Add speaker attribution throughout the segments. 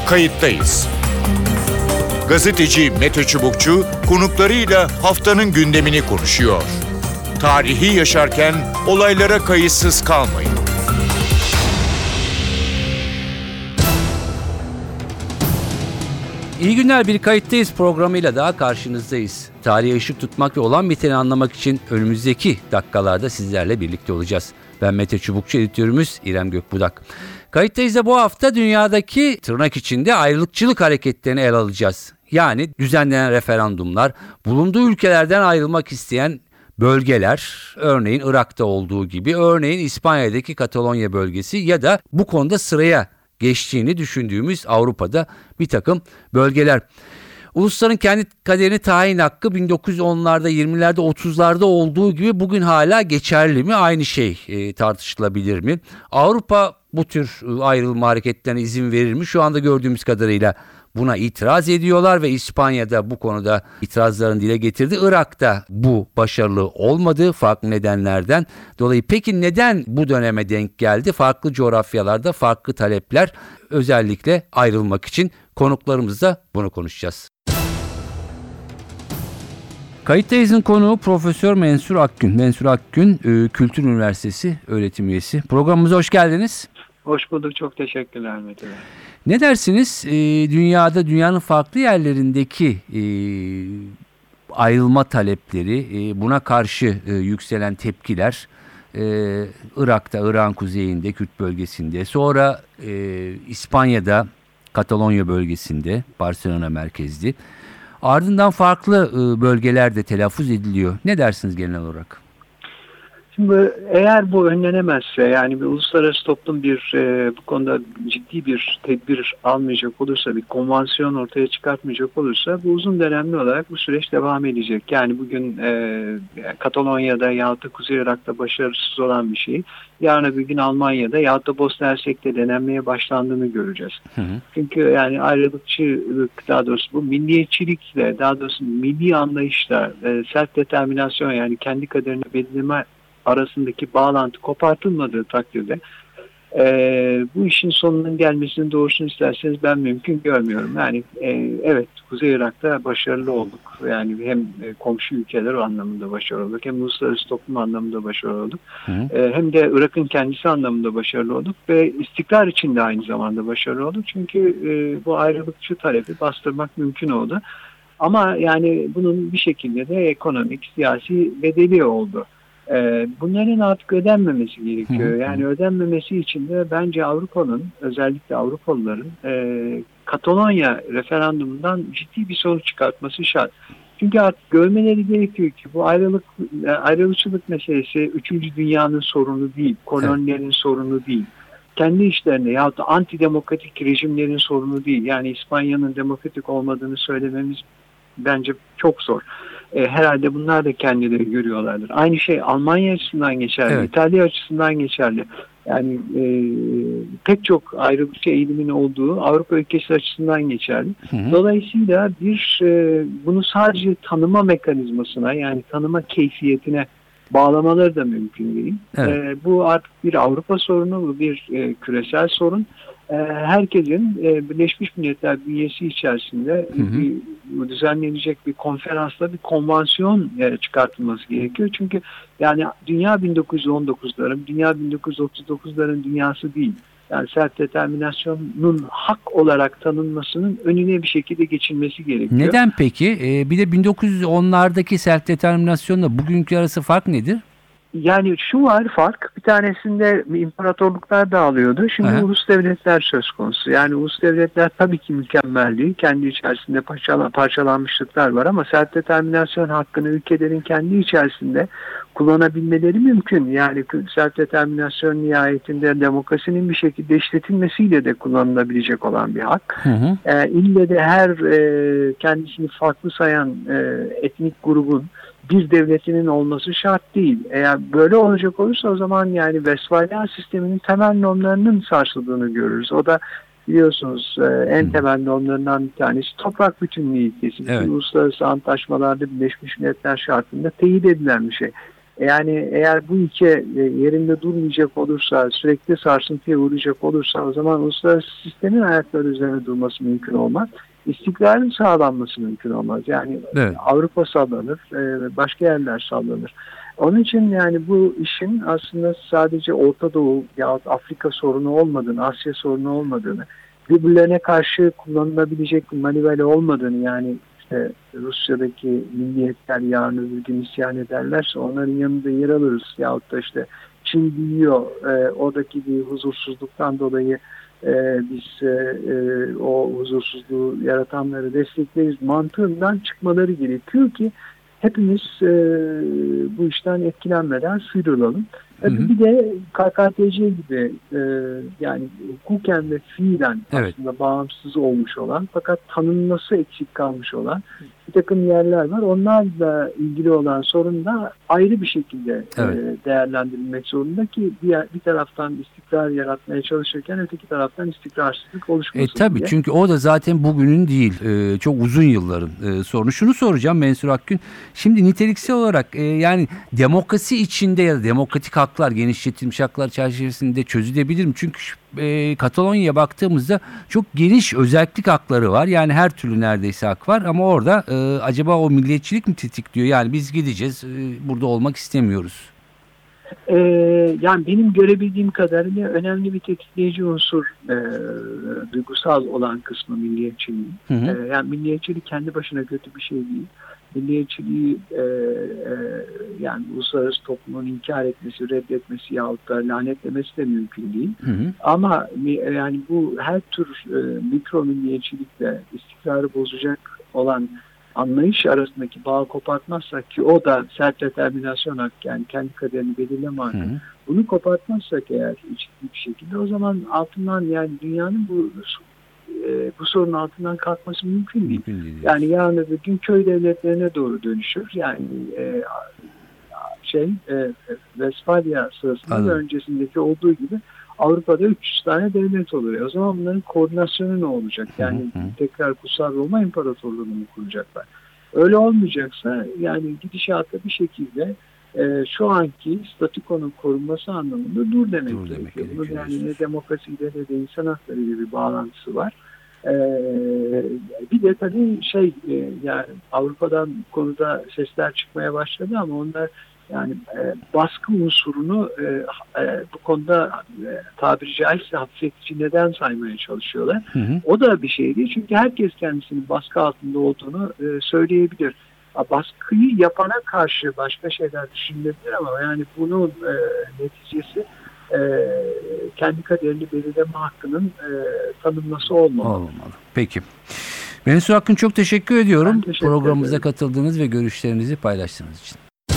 Speaker 1: Kayıttayız. Gazeteci Mete Çubukçu konuklarıyla haftanın gündemini konuşuyor. Tarihi yaşarken olaylara kayıtsız kalmayın.
Speaker 2: İyi günler, bir Kayıttayız programıyla daha karşınızdayız. Tarihe ışık tutmak ve olan biteni anlamak için önümüzdeki dakikalarda sizlerle birlikte olacağız. Ben Mete Çubukçu, editörümüz İrem Gökbudak. Kayıttayız'da bu hafta dünyadaki tırnak içinde ayrılıkçılık hareketlerini ele alacağız. Yani düzenlenen referandumlar, bulunduğu ülkelerden ayrılmak isteyen bölgeler, örneğin Irak'ta olduğu gibi, örneğin İspanya'daki Katalonya bölgesi ya da bu konuda sıraya geçtiğini düşündüğümüz Avrupa'da bir takım bölgeler. Ulusların kendi kaderini tayin hakkı 1910'larda, 20'lerde, 30'larda olduğu gibi bugün hala geçerli mi? Aynı şey tartışılabilir mi? Avrupa bu tür ayrılma hareketlerine izin verir mi? Şu anda gördüğümüz kadarıyla buna itiraz ediyorlar ve İspanya'da bu konuda itirazlarını dile getirdi. Irak'ta bu başarılı olmadı farklı nedenlerden dolayı. Peki neden bu döneme denk geldi? Farklı coğrafyalarda farklı talepler, özellikle ayrılmak için. Konuklarımızla bunu konuşacağız. Kayıttayız'ın konuğu Profesör Mensur Akgün. Mensur Akgün, Kültür Üniversitesi öğretim üyesi. Programımıza hoş geldiniz.
Speaker 3: Hoş bulduk, çok teşekkürler Mete Bey.
Speaker 2: Ne dersiniz? Dünyanın farklı yerlerindeki ayrılma talepleri, buna karşı yükselen tepkiler, Irak'ta, Irak'ın kuzeyinde, Kürt bölgesinde, sonra İspanya'da, Katalonya bölgesinde, Barcelona merkezli. Ardından farklı bölgelerde telaffuz ediliyor. Ne dersiniz genel olarak?
Speaker 3: Şimdi eğer bu önlenemezse, yani bir uluslararası toplum bu konuda ciddi bir tedbir almayacak olursa, bir konvansiyon ortaya çıkartmayacak olursa bu uzun dönemli olarak bu süreç devam edecek. Yani bugün Katalonya'da yahut da Kuzey Irak'ta başarısız olan bir şey yarın bir gün Almanya'da yahut da Bosna Hersek'te denenmeye başlandığını göreceğiz. Hı. Çünkü yani ayrılıkçılık, daha doğrusu bu milliyetçilikle, daha doğrusu milli anlayışla self determinasyon, yani kendi kaderini belirleme arasındaki bağlantı kopartılmadığı takdirde bu işin sonunun gelmesini, doğrusunu isterseniz ben mümkün görmüyorum. Yani evet, Kuzey Irak'ta başarılı olduk. Yani hem komşu ülkeler anlamında başarılı olduk, hem uluslararası toplum anlamında başarılı olduk. Hem de Irak'ın kendisi anlamında başarılı olduk ve istikrar için de aynı zamanda başarılı olduk. Çünkü bu ayrılıkçı talebi bastırmak mümkün oldu. Ama yani bunun bir şekilde de ekonomik, siyasi bedeli oldu. Bunların artık ödenmemesi gerekiyor. Yani ödenmemesi için de bence Avrupa'nın, özellikle Avrupalıların Katalonya referandumundan ciddi bir sonuç çıkartması şart. Çünkü artık görmeleri gerekiyor ki bu ayrılıkçılık meselesi 3. dünyanın sorunu değil, kolonilerin sorunu değil. Kendi işlerine yahut da antidemokratik rejimlerin sorunu değil. Yani İspanya'nın demokratik olmadığını söylememiz bence çok zor. Herhalde bunlar da kendileri görüyorlardır. Aynı şey Almanya açısından geçerli, evet. İtalya açısından geçerli. Yani pek çok ayrılıkçı eğilimin olduğu Avrupa ülkesi açısından geçerli. Dolayısıyla bunu sadece tanıma mekanizmasına, yani tanıma keyfiyetine bağlamaları da mümkün değil. Evet. Bu artık bir Avrupa sorunu, bu bir küresel sorun. Herkesin Birleşmiş Milletler bünyesi içerisinde düzenlenecek bir konferansla bir konvansiyon çıkartılması gerekiyor. Çünkü yani dünya 1919'ların, dünya 1939'ların dünyası değil. Yani self determinasyonun hak olarak tanınmasının önüne bir şekilde geçilmesi gerekiyor.
Speaker 2: Neden peki? Bir de 1910'lardaki self determinasyonla bugünkü arası fark nedir?
Speaker 3: Yani şu var fark, bir tanesinde imparatorluklar dağılıyordu. Şimdi ulus devletler söz konusu. Yani ulus devletler tabii ki mükemmel değil. Kendi içerisinde parçalanmışlıklar var ama self determinasyon hakkını ülkelerin kendi içerisinde kullanabilmeleri mümkün. Yani self determinasyon nihayetinde demokrasinin bir şekilde işletilmesiyle de kullanılabilecek olan bir hak. İlle de her kendisini farklı sayan etnik grubun bir devletinin olması şart değil. Eğer böyle olacak olursa o zaman yani Westfalya sisteminin temel normlarının sarsıldığını görürüz. O da biliyorsunuz en temel normlarından bir tanesi toprak bütünlüğü ilkesi. Evet. Uluslararası antlaşmalarda Birleşmiş Milletler şartında teyit edilen bir şey. Yani eğer bu ülke yerinde durmayacak olursa, sürekli sarsıntıya uğrayacak olursa o zaman uluslararası sistemin ayakları üzerine durması mümkün olmaz. İstikrarın sağlanması mümkün olmaz. Yani
Speaker 2: Evet.
Speaker 3: Avrupa sallanır, başka yerler sallanır. Onun için yani bu işin aslında sadece Orta Doğu yahut Afrika sorunu olmadığını, Asya sorunu olmadığını, birbirlerine karşı kullanılabilecek manivela olmadığını, yani işte Rusya'daki milliyetler yarın öbür gün isyan ederlerse onların yanında yer alırız. Yahut da işte Çin büyüyor, oradaki bir huzursuzluktan dolayı biz o huzursuzluğu yaratanları destekleriz mantığından çıkmaları gerekiyor ki hepimiz bu işten etkilenmeden sıyrılalım. Bir de KKTC gibi yani hukuken ve fiilen aslında bağımsız olmuş olan fakat tanınması eksik kalmış olan bir takım yerler var. Onlarla ilgili olan sorun da ayrı bir şekilde değerlendirilmek zorunda ki bir taraftan istikrar yaratmaya çalışırken öteki taraftan istikrarsızlık oluşmasın
Speaker 2: Tabii
Speaker 3: diye.
Speaker 2: çünkü o da zaten bugünün değil, çok uzun yılların sorunu. Şunu soracağım Mensur Akgün. Şimdi niteliksel olarak yani demokrasi içinde ya da demokratik haklar, genişletilmiş haklar çerçevesinde çözülebilir mi? Çünkü Katalonya'ya baktığımızda çok geniş özellik hakları var. Yani her türlü neredeyse hak var ama orada acaba o milliyetçilik mi tetikliyor? Yani biz gideceğiz, burada olmak istemiyoruz.
Speaker 3: Yani benim görebildiğim kadarıyla önemli bir tetikleyici unsur duygusal olan kısmı milliyetçiliğin. Yani milliyetçilik kendi başına kötü bir şey değil. Milliyetçiliği yani uluslararası toplumun inkar etmesi, reddetmesi yahut da lanetlemesi de mümkün değil. Ama yani bu her tür mikro milliyetçilikle istikrarı bozacak olan anlayış arasındaki bağı kopartmazsak ki o da self determinasyon hakkı, yani kendi kaderini belirleme hakkı. Bunu kopartmazsak eğer ciddi bir şekilde o zaman altından, yani dünyanın bu sorunun altından kalkması mümkün değil. Yani yarın öbür gün köy devletlerine doğru dönüşür. Yani Westfalia sırasında ve öncesindeki olduğu gibi Avrupa'da 300 tane devlet oluyor. O zaman bunların koordinasyonu ne olacak? Yani tekrar Kutsal Roma İmparatorluğu'nu mu kuracaklar? Öyle olmayacaksa yani gidişatta bir şekilde şu anki statükonun korunması anlamında dur demek gerekiyor. Bunun yani ne demokrasiyle ne de insan hakları ile bir bağlantısı var. Bir de tabii yani Avrupa'dan bu konuda sesler çıkmaya başladı ama onlar yani baskı unsurunu bu konuda tabiri caizse hafifletici neden saymaya çalışıyorlar. O da bir şey değil çünkü herkes kendisinin baskı altında olduğunu söyleyebilir. Baskıyı yapana karşı başka şeyler düşünülebilir ama yani bunun neticesi kendi kaderini belirleme hakkının tanınması olmamalı.
Speaker 2: Peki. Mensur Akgün, çok teşekkür ediyorum.
Speaker 3: Teşekkür
Speaker 2: Programımıza
Speaker 3: ederim.
Speaker 2: katıldığınız ve görüşlerinizi paylaştığınız için.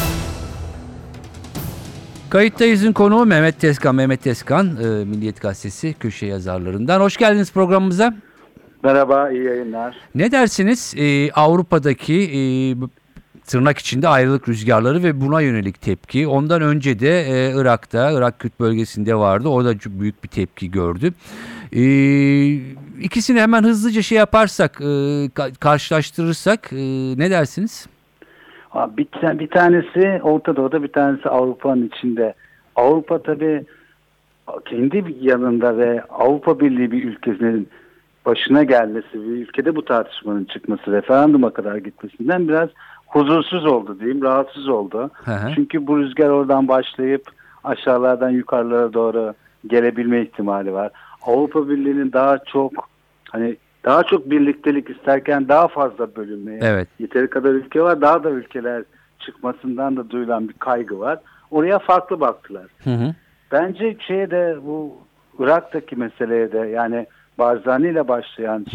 Speaker 2: Kayıttayız'ın konuğu Mehmet Tezkan. Mehmet Tezkan, Milliyet Gazetesi köşe yazarlarından. Hoş geldiniz programımıza.
Speaker 4: Merhaba, iyi yayınlar.
Speaker 2: Ne dersiniz Avrupa'daki tırnak içinde ayrılık rüzgarları ve buna yönelik tepki? Ondan önce de Irak Kürt bölgesinde vardı. O da çok büyük bir tepki gördü. İkisini hemen hızlıca yaparsak, karşılaştırırsak ne dersiniz?
Speaker 4: Bir tanesi Orta Doğu'da, bir tanesi Avrupa'nın içinde. Avrupa tabii kendi yanında ve Avrupa Birliği bir ülkesinin başına gelmesi, bir ülkede bu tartışmanın çıkması, referanduma kadar gitmesinden biraz huzursuz oldu diyeyim, rahatsız oldu. Çünkü bu rüzgar oradan başlayıp aşağılardan yukarılara doğru gelebilme ihtimali var. Avrupa Birliği'nin daha çok birliktelik isterken daha fazla bölünmeye, yeteri kadar ülke var, daha da ülkeler çıkmasından da duyulan bir kaygı var. Oraya farklı baktılar. Bence bu Irak'taki meseleye de, yani Barzani ile başlayan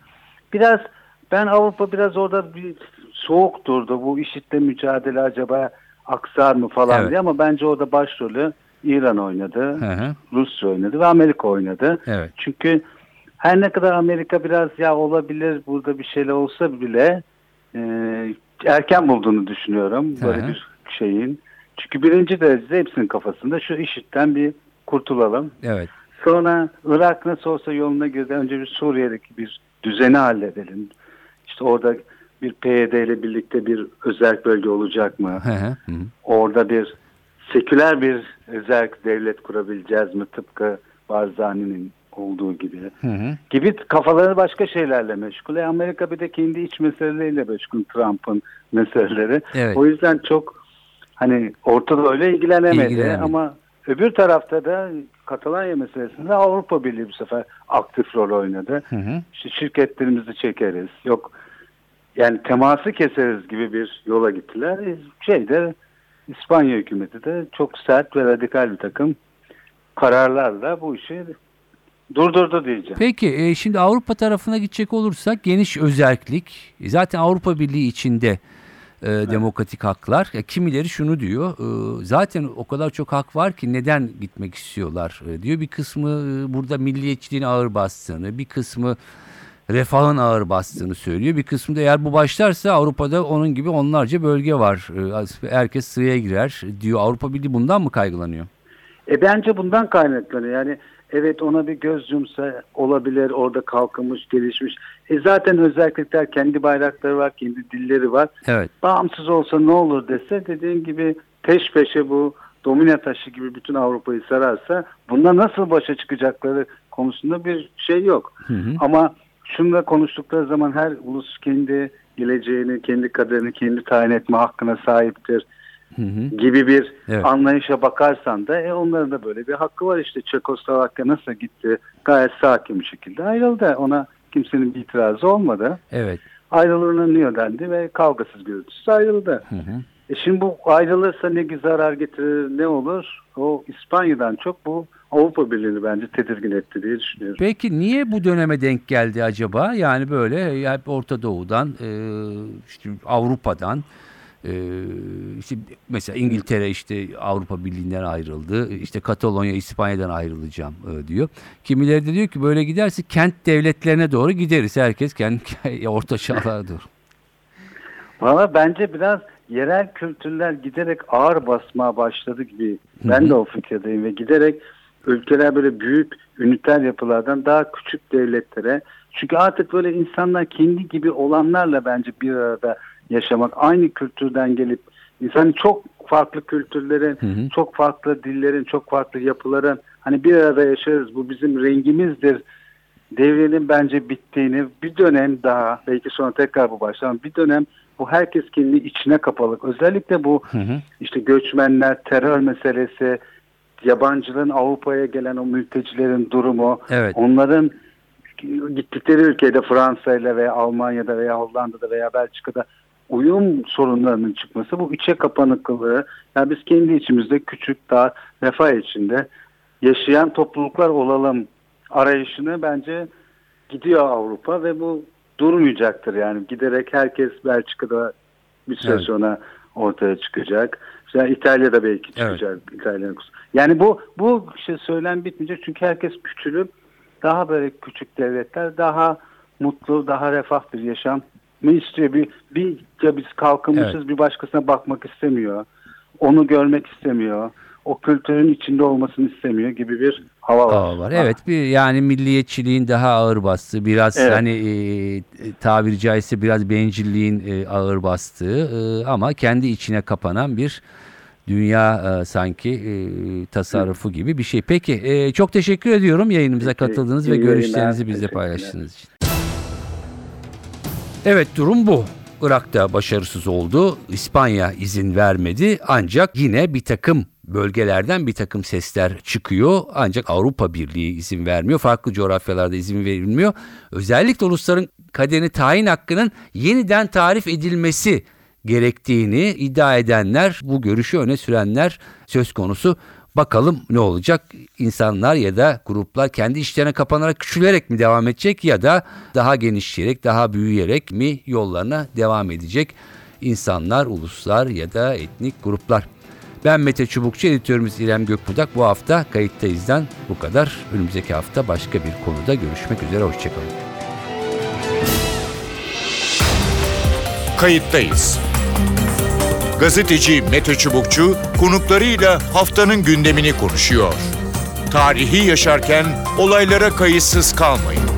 Speaker 4: Avrupa biraz orada bir soğuk durdu. Bu IŞİD'le mücadele acaba aksar mı falan diye, ama bence orada başrolü İran oynadı, Rusya oynadı ve Amerika oynadı. Çünkü her ne kadar Amerika biraz olabilir burada bir şeyler olsa bile erken bulduğunu düşünüyorum böyle bir şeyin. Çünkü birinci derecede hepsinin kafasında şu IŞİD'den bir kurtulalım. Sonra Irak nasıl olsa yoluna girdi. Önce bir Suriye'deki bir düzeni halledelim. İşte orada bir PYD ile birlikte bir özerk bölge olacak mı?
Speaker 2: Hı hı.
Speaker 4: Orada bir seküler bir özerk devlet kurabileceğiz mi? Tıpkı Barzani'nin olduğu gibi. Gibi kafaları başka şeylerle meşgul. Amerika bir de kendi iç meseleleriyle meşgul, Trump'ın meseleleri.
Speaker 2: Evet.
Speaker 4: O yüzden çok hani Orta Doğu'yla ilgilenemedi. Ama öbür tarafta da Katalanya meselesinde Avrupa Birliği bu sefer aktif rol oynadı. İşte şirketlerimizi çekeriz. Yok yani teması keseriz gibi bir yola gittiler. İspanya hükümeti de çok sert ve radikal bir takım kararlarla bu işi durdurdu diyeceğim.
Speaker 2: Peki şimdi Avrupa tarafına gidecek olursak geniş özerklik, zaten Avrupa Birliği içinde demokratik haklar. Kimileri şunu diyor, zaten o kadar çok hak var ki neden gitmek istiyorlar diyor. Bir kısmı burada milliyetçiliğin ağır bastığını, bir kısmı refahın ağır bastığını söylüyor. Bir kısmı da eğer bu başlarsa Avrupa'da onun gibi onlarca bölge var. Herkes sıraya girer diyor. Avrupa Birliği bundan mı kaygılanıyor?
Speaker 4: Bence bundan kaynaklanıyor. Yani evet ona bir göz yumsa olabilir. Orada kalkınmış, gelişmiş. Zaten özellikler kendi bayrakları var, kendi dilleri var.
Speaker 2: Evet.
Speaker 4: Bağımsız olsa ne olur dese dediğim gibi peş peşe bu domino taşı gibi bütün Avrupa'yı sararsa bundan nasıl başa çıkacakları konusunda bir şey yok. Ama şununla konuştukları zaman her ulus kendi geleceğini, kendi kaderini kendi tayin etme hakkına sahiptir gibi bir anlayışa bakarsan da onların da böyle bir hakkı var. İşte Çekoslovakya nasıl gitti? Gayet sakin bir şekilde ayrıldı. Ona kimsenin bir itirazı olmadı.
Speaker 2: Evet.
Speaker 4: Ayrılığına dendi ve kavgasız gürültüsüz ayrıldı. Şimdi bu ayrılırsa ne zarar getirir, ne olur? O İspanya'dan çok bu Avrupa Birliği'ni bence tedirgin etti diye düşünüyorum.
Speaker 2: Peki niye bu döneme denk geldi acaba? Yani böyle hep Orta Doğu'dan, işte Avrupa'dan, işte mesela İngiltere işte Avrupa Birliği'nden ayrıldı. İşte Katalonya İspanya'dan ayrılacağım diyor. Kimileri de diyor ki böyle giderse kent devletlerine doğru gideriz. Herkes kendi orta çağlara doğru.
Speaker 4: Valla bence biraz yerel kültürler giderek ağır basmaya başladı gibi. Ben de o fikirdeyim ve giderek ülkeler böyle büyük üniter yapılardan daha küçük devletlere. Çünkü artık böyle insanlar kendi gibi olanlarla bence bir arada yaşamak, aynı kültürden gelip insan çok farklı kültürlerin, çok farklı dillerin, çok farklı yapıların hani bir arada yaşarız. Bu bizim rengimizdir. Devrenin bence bittiğini bir dönem daha belki sonra tekrar bu başlar ama bir dönem bu herkes kendi içine kapalı. Özellikle bu işte göçmenler, terör meselesi, yabancıların Avrupa'ya gelen o mültecilerin durumu, onların gittikleri ülkede Fransa'yla veya Almanya'da veya Hollanda'da veya Belçika'da uyum sorunlarının çıkması, bu içe kapanıklığı, yani biz kendi içimizde küçük, dar, refah içinde yaşayan topluluklar olalım arayışını bence gidiyor Avrupa ve bu durmayacaktır yani. Giderek herkes Belçika'da bir süre sonra ortaya çıkacak. Yani İtalya'da belki çıkacak. Yani bu işte söylem bitmeyecek çünkü herkes küçülüp daha böyle küçük devletler daha mutlu, daha refah bir yaşam mı istiyor? Ya biz kalkınmışız bir başkasına bakmak istemiyor. Onu görmek istemiyor. O kültürün içinde olmasını istemiyor gibi bir hava var.
Speaker 2: Evet, yani milliyetçiliğin daha ağır bastığı, biraz hani tabiri caizse biraz bencilliğin ağır bastığı ama kendi içine kapanan bir dünya sanki tasarrufu gibi bir şey. Peki çok teşekkür ediyorum yayınımıza katıldığınız ve görüşlerinizi bizle paylaştığınız için. Evet, durum bu. Irak'ta başarısız oldu. İspanya izin vermedi. Ancak yine bir takım bölgelerden bir takım sesler çıkıyor. Ancak Avrupa Birliği izin vermiyor. Farklı coğrafyalarda izin verilmiyor. Özellikle ulusların kaderini tayin hakkının yeniden tarif edilmesi gerektiğini iddia edenler, bu görüşü öne sürenler söz konusu. Bakalım ne olacak? İnsanlar ya da gruplar kendi içlerine kapanarak, küçülerek mi devam edecek ya da daha genişleyerek, daha büyüyerek mi yollarına devam edecek? İnsanlar, uluslar ya da etnik gruplar. Ben Mete Çubukçu, editörümüz İrem Gökbudak. Bu hafta Kayıttayız'dan bu kadar. Önümüzdeki hafta başka bir konuda görüşmek üzere. Hoşçakalın.
Speaker 1: Kayıttayız. Gazeteci Mete Çubukçu konuklarıyla haftanın gündemini konuşuyor. Tarihi yaşarken olaylara kayıtsız kalmayın.